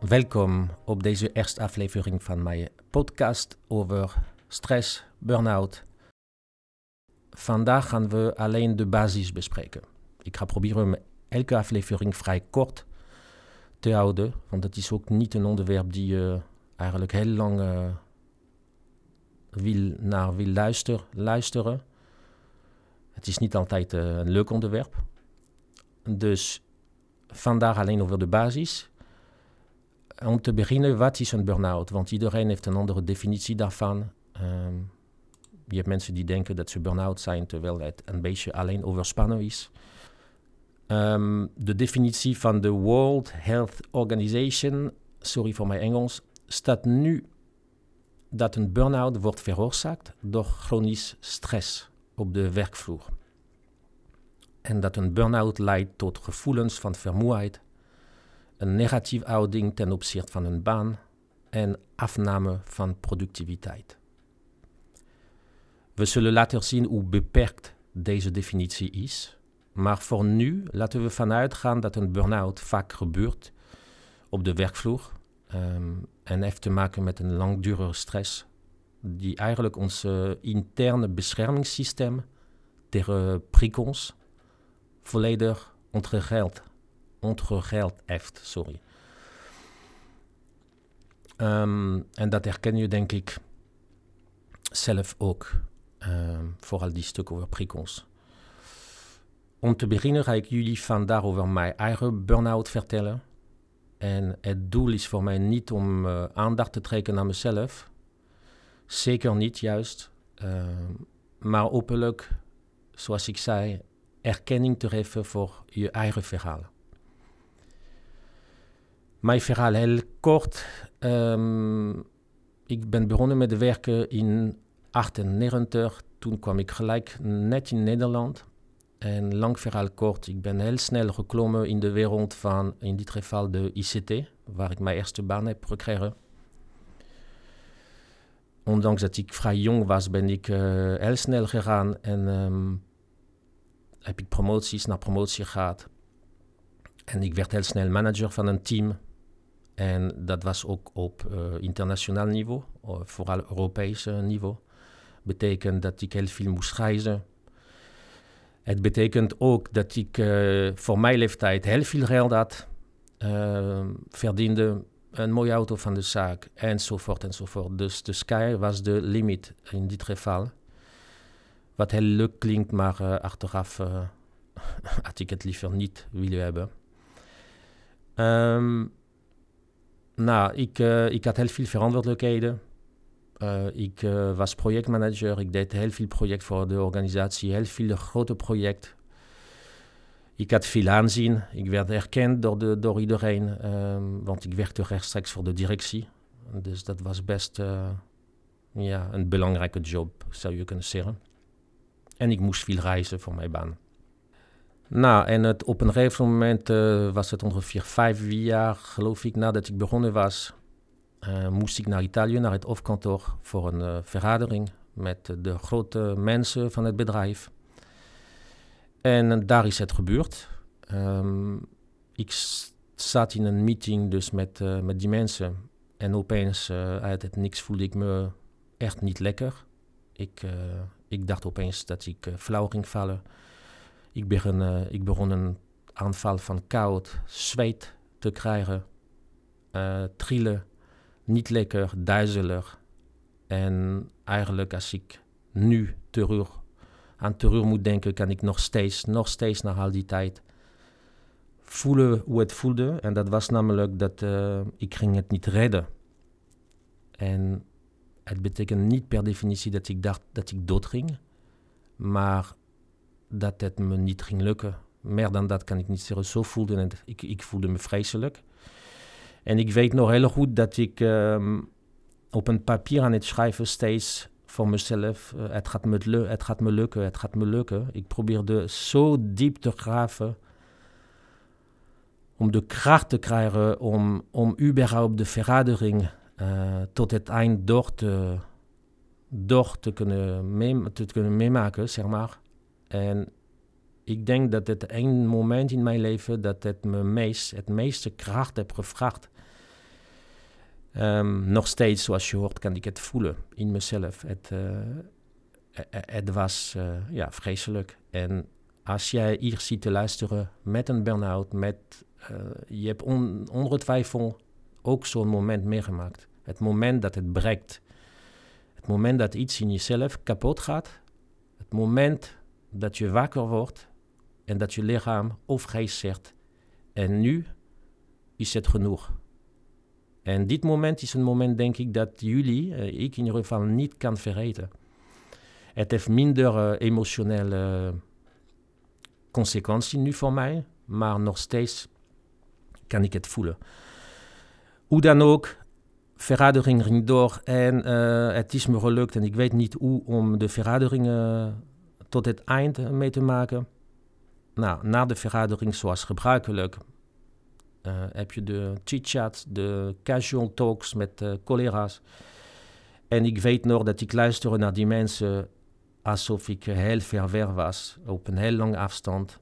Welkom op deze eerste aflevering van mijn podcast over stress, burn-out. Vandaag gaan we alleen de basis bespreken. Ik ga proberen elke aflevering vrij kort te houden, want het is ook niet een onderwerp die je eigenlijk heel lang wil luisteren. Het is niet altijd een leuk onderwerp. Dus vandaag alleen over de basis. Om te beginnen, wat is een burn-out? Want iedereen heeft een andere definitie daarvan. Je hebt mensen die denken dat ze burn-out zijn, terwijl het een beetje alleen overspannen is. De definitie van de World Health Organization, sorry voor mijn Engels, staat nu dat een burn-out wordt veroorzaakt door chronisch stress op de werkvloer. En dat een burn-out leidt tot gevoelens van vermoeidheid, een negatieve houding ten opzichte van een baan en afname van productiviteit. We zullen later zien hoe beperkt deze definitie is, maar voor nu laten we vanuit gaan dat een burn-out vaak gebeurt op de werkvloer en heeft te maken met een langdurige stress die eigenlijk ons interne beschermingssysteem tegen prikkels volledig ontregeld heeft. En dat herken je denk ik zelf ook, vooral die stuk over prikkels. Om te beginnen ga ik jullie vandaag over mijn eigen burn-out vertellen. En het doel is voor mij niet om aandacht te trekken naar mezelf. Zeker niet juist. Maar hopelijk, zoals ik zei, erkenning te geven voor je eigen verhaal. Mijn verhaal heel kort. Ik ben begonnen met werken in 1998. Toen kwam ik gelijk net in Nederland. En lang verhaal kort, ik ben heel snel geklommen in de wereld van, in dit geval de ICT, waar ik mijn eerste baan heb gekregen. Ondanks dat ik vrij jong was, ben ik heel snel gegaan en heb ik promoties na promotie gehad. En ik werd heel snel manager van een team. En dat was ook op internationaal niveau, vooral Europees niveau. Betekent dat ik heel veel moest reizen. Het betekent ook dat ik voor mijn leeftijd heel veel geld had, verdiende, een mooie auto van de zaak, enzovoort, enzovoort. Dus de sky was de limit in dit geval. Wat heel leuk klinkt, maar achteraf had ik het liever niet willen hebben. Ik had heel veel verantwoordelijkheden. Ik was projectmanager, ik deed heel veel projecten voor de organisatie, heel veel grote projecten. Ik had veel aanzien, ik werd erkend door iedereen, want ik werkte rechtstreeks voor de directie. Dus dat was best een belangrijke job, zou je kunnen zeggen. En ik moest veel reizen voor mijn baan. En op een gegeven moment was het ongeveer 5 jaar, geloof ik, nadat ik begonnen was. Moest ik naar Italië, naar het hoofdkantoor, voor een vergadering met de grote mensen van het bedrijf. En daar is het gebeurd. Ik zat in een meeting dus met die mensen. En opeens uit het niks voelde ik me echt niet lekker. Ik dacht opeens dat ik flauw ging vallen. Ik begon een aanval van koud, zweet te krijgen, trillen. Niet lekker, duizelig. En eigenlijk als ik nu aan terreur moet denken, kan ik nog steeds na al die tijd voelen hoe het voelde. En dat was namelijk dat ik ging het niet redden. En het betekent niet per definitie dat ik dacht dat ik dood ging. Maar dat het me niet ging lukken. Meer dan dat kan ik niet zeggen. Zo voelde het. Ik voelde me vreselijk. En ik weet nog heel goed dat ik op een papier aan het schrijven steeds voor mezelf, het gaat me lukken. Ik probeerde zo diep te graven om de kracht te krijgen om überhaupt de vergadering tot het eind door te kunnen meemaken, zeg maar. En ik denk dat het een moment in mijn leven dat het me het meeste kracht heeft gevraagd Nog steeds, zoals je hoort, kan ik het voelen in mezelf. Het was vreselijk. En als jij hier zit te luisteren met een burn-out, je hebt onder twijfel ook zo'n moment meegemaakt. Het moment dat het breekt. Het moment dat iets in jezelf kapot gaat. Het moment dat je wakker wordt en dat je lichaam of geest zegt. En nu is het genoeg. En dit moment is een moment, denk ik, dat ik in ieder geval niet kan vergeten. Het heeft minder emotionele consequenties nu voor mij, maar nog steeds kan ik het voelen. Hoe dan ook, vergadering ging door en het is me gelukt en ik weet niet hoe om de vergadering tot het eind mee te maken. Nou, na de vergadering, zoals gebruikelijk, heb je de chit-chat, de casual talks met collega's. En ik weet nog dat ik luisterde naar die mensen alsof ik heel ver weg was, op een heel lange afstand.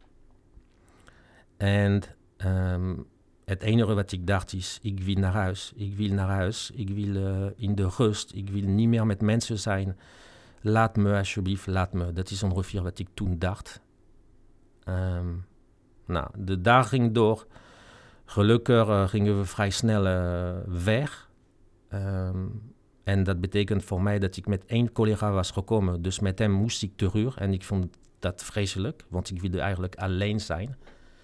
En het enige wat ik dacht is, ik wil naar huis. Ik wil naar huis. Ik wil in de rust. Ik wil niet meer met mensen zijn. Laat me alsjeblieft, laat me. Dat is ongeveer wat ik toen dacht. De dag ging door. Gelukkig gingen we vrij snel weg. En dat betekent voor mij dat ik met 1 collega was gekomen. Dus met hem moest ik terug. En ik vond dat vreselijk, want ik wilde eigenlijk alleen zijn.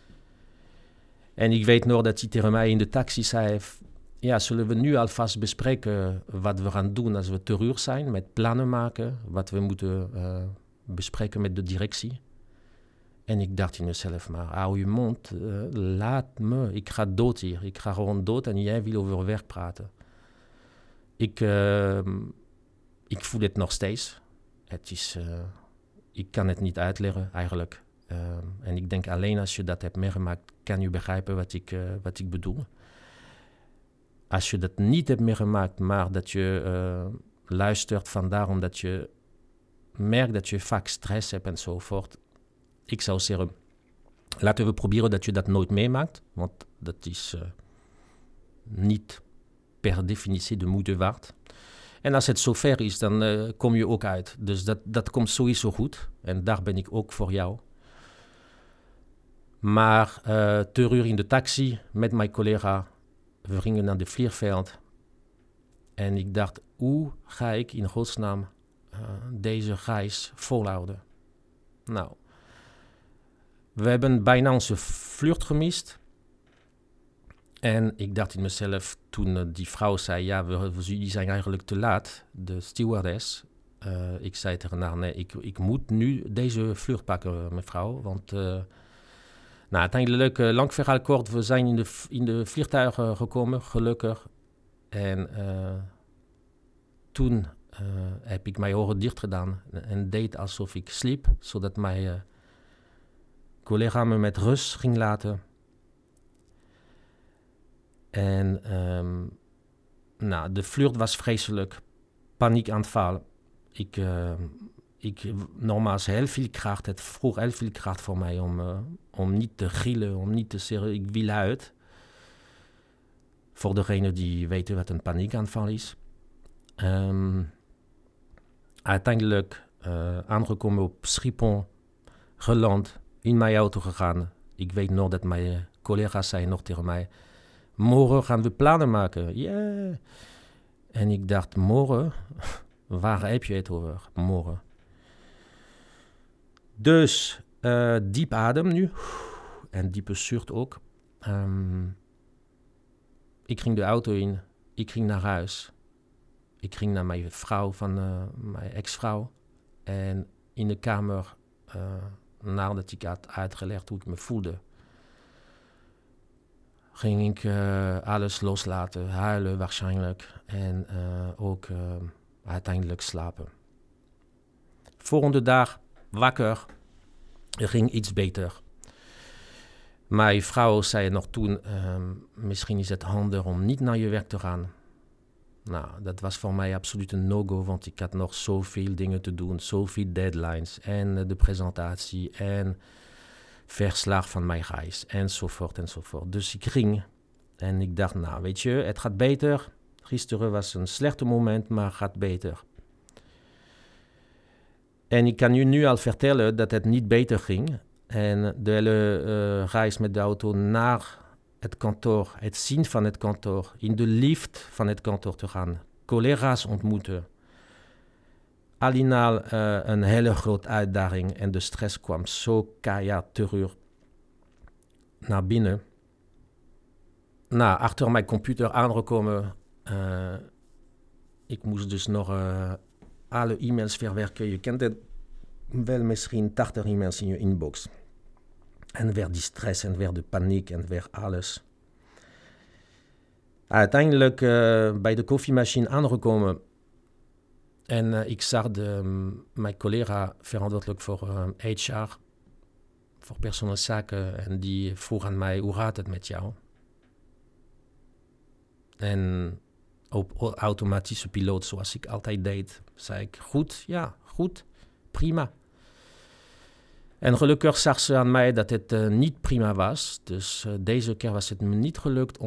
En ik weet nog dat hij tegen mij in de taxi zei, ja, zullen we nu alvast bespreken wat we gaan doen als we terug zijn, met plannen maken, wat we moeten bespreken met de directie. En ik dacht in mezelf, maar hou je mond, laat me, ik ga dood hier, ik ga gewoon dood en jij wil over werk praten. Ik voel het nog steeds. Ik kan het niet uitleggen eigenlijk. En ik denk alleen als je dat hebt meegemaakt, kan je begrijpen wat ik bedoel. Als je dat niet hebt meegemaakt, maar dat je luistert vandaar omdat je merkt dat je vaak stress hebt enzovoort. Ik zou zeggen, laten we proberen dat je dat nooit meemaakt. Want dat is niet per definitie de moeite waard. En als het zover is, dan kom je ook uit. Dus dat komt sowieso goed. En daar ben ik ook voor jou. Maar terug in de taxi met mijn collega. We gingen naar het vliegveld. En ik dacht, hoe ga ik in godsnaam deze reis volhouden? Nou, we hebben bijna onze vlucht gemist. En ik dacht in mezelf, toen die vrouw zei, ja, jullie zijn eigenlijk te laat, de stewardess. Ik zei tegen haar, nee, ik moet nu deze vlucht pakken, mevrouw. Want uiteindelijk, lang verhaal kort, we zijn in de vliegtuigen gekomen, gelukkig. En toen heb ik mijn ogen dicht gedaan en deed alsof ik sliep, zodat mijn collega me met rust ging laten. En de vlucht was vreselijk. Paniekaanval. Nogmaals, heel veel kracht. Het vroeg heel veel kracht voor mij om niet te gillen, om niet te zeggen, ik wil uit. Voor degenen die weten wat een paniekaanval is. Uiteindelijk aangekomen op Schiphol, geland, in mijn auto gegaan. Ik weet nog dat mijn collega's zeiden nog tegen mij, morgen gaan we plannen maken. Yeah. En ik dacht, morgen? Waar heb je het over? Morgen. Dus diep adem nu. En diepe zucht ook. Ik ging de auto in. Ik ging naar huis. Ik ging naar mijn vrouw mijn ex-vrouw. En in de kamer, nadat ik had uitgelegd hoe ik me voelde, ging ik alles loslaten, huilen waarschijnlijk en ook uiteindelijk slapen. Volgende dag wakker, ging iets beter. Mijn vrouw zei nog toen, misschien is het handig om niet naar je werk te gaan. Nou, dat was voor mij absoluut een no-go, want ik had nog zoveel dingen te doen, zoveel deadlines en de presentatie en verslag van mijn reis, enzovoort. Dus ik ging en ik dacht, nou weet je, het gaat beter. Gisteren was een slechte moment, maar gaat beter. En ik kan je nu al vertellen dat het niet beter ging. En de hele reis met de auto naar het kantoor, het zien van het kantoor, in de lift van het kantoor te gaan, collega's ontmoeten. Al in al een hele grote uitdaging en de stress kwam zo keihard terug naar binnen. Nou, achter mijn computer aangekomen, ik moest dus nog alle e-mails verwerken. Je kent het wel, misschien 80 e-mails in je inbox. En weer die stress en weer de paniek en weer alles. Uiteindelijk bij de koffiemachine aangekomen. En ik zag mijn collega verantwoordelijk voor HR, voor personele zaken. En die vroeg aan mij, hoe gaat het met jou? En op automatische piloot, zoals ik altijd deed, zei ik, goed, ja, goed, prima. En gelukkig zag ze aan mij dat het niet prima was. Dus deze keer was het me niet gelukt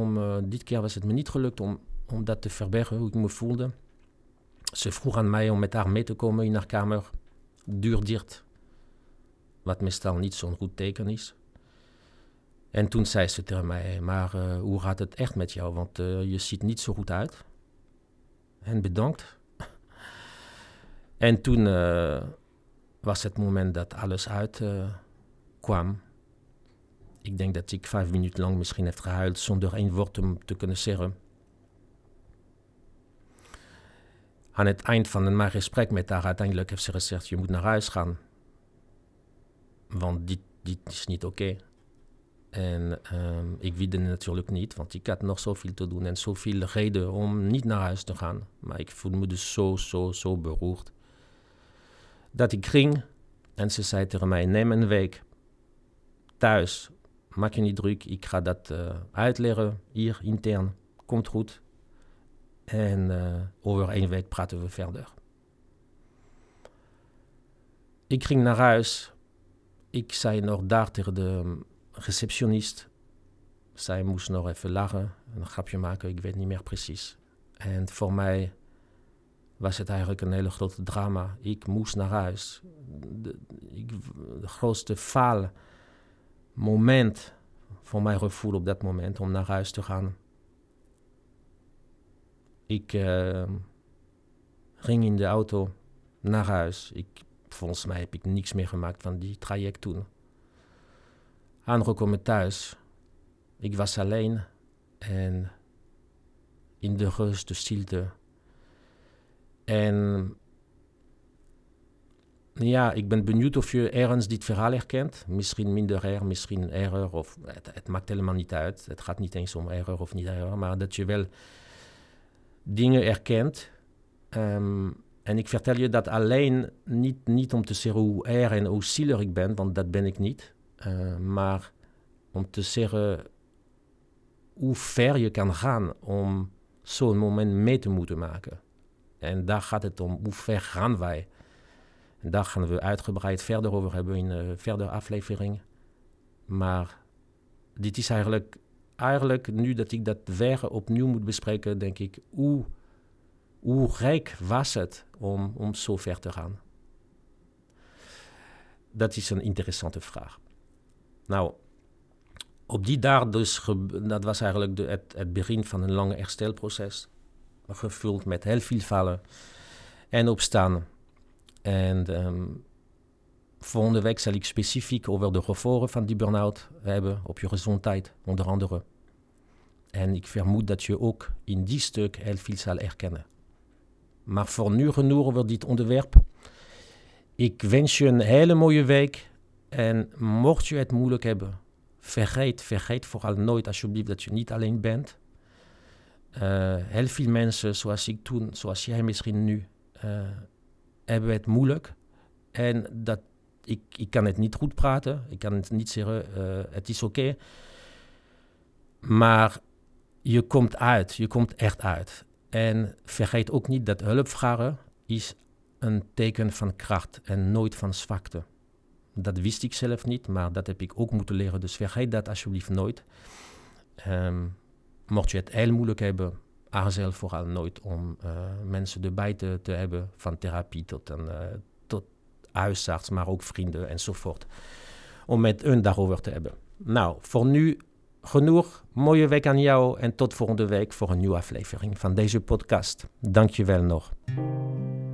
om dat te verbergen, hoe ik me voelde. Ze vroeg aan mij om met haar mee te komen in haar kamer, deur dicht. Wat meestal niet zo'n goed teken is. En toen zei ze tegen mij, maar hoe gaat het echt met jou? Want je ziet niet zo goed uit. En bedankt. En toen was het moment dat alles uitkwam. Ik denk dat ik 5 minuten lang misschien heb gehuild zonder 1 woord te kunnen zeggen. Aan het eind van mijn gesprek met haar uiteindelijk heeft ze gezegd, je moet naar huis gaan. Want dit is niet oké. En ik wilde natuurlijk niet, want ik had nog zoveel te doen en zoveel reden om niet naar huis te gaan. Maar ik voelde me dus zo beroerd. Dat ik ging en ze zei tegen mij, neem een week thuis, maak je niet druk, ik ga dat uitleggen hier intern, komt goed. En over 1 week praten we verder. Ik ging naar huis, ik zei nog daar tegen de receptionist. Zij moest nog even lachen, een grapje maken, ik weet niet meer precies. En voor mij was het eigenlijk een hele grote drama. Ik moest naar huis. De grootste faalmoment voor mijn gevoel op dat moment om naar huis te gaan. Ik ging in de auto naar huis. Volgens mij heb ik niks meer gemaakt van die traject toen. Aangekomen thuis. Ik was alleen en in de rust, de stilte. En ja, ik ben benieuwd of je ergens dit verhaal herkent. Misschien minder erg, misschien erger. Of het maakt helemaal niet uit. Het gaat niet eens om erger of niet erger. Maar dat je wel dingen herkent. En ik vertel je dat alleen niet om te zeggen hoe erg en hoe zielig ik ben. Want dat ben ik niet. Maar om te zeggen hoe ver je kan gaan om zo'n moment mee te moeten maken. En daar gaat het om, hoe ver gaan wij? En daar gaan we uitgebreid verder over hebben in een verdere aflevering. Maar dit is eigenlijk, nu dat ik dat weer opnieuw moet bespreken, denk ik, hoe rijk was het om zo ver te gaan? Dat is een interessante vraag. Nou, op die dag dus, dat was eigenlijk het begin van een lange herstelproces. Gevuld met heel veel vallen en opstaan. En volgende week zal ik specifiek over de gevolgen van die burn-out hebben op je gezondheid, onder andere. En ik vermoed dat je ook in die stuk heel veel zal herkennen. Maar voor nu genoeg over dit onderwerp. Ik wens je een hele mooie week. En mocht je het moeilijk hebben, vergeet vooral nooit alsjeblieft dat je niet alleen bent. Heel veel mensen, zoals ik toen, zoals jij misschien nu, hebben het moeilijk. En dat ik kan het niet goed praten, ik kan het niet zeggen, het is oké. Maar je komt echt uit. En vergeet ook niet dat hulpvragen is een teken van kracht en nooit van zwakte. Dat wist ik zelf niet, maar dat heb ik ook moeten leren. Dus vergeet dat alsjeblieft nooit. Mocht je het heel moeilijk hebben, aarzel vooral nooit om mensen erbij te hebben, van therapie tot huisarts, maar ook vrienden enzovoort. Om met hun daarover te hebben. Nou, voor nu genoeg. Mooie week aan jou en tot volgende week voor een nieuwe aflevering van deze podcast. Dank je wel nog.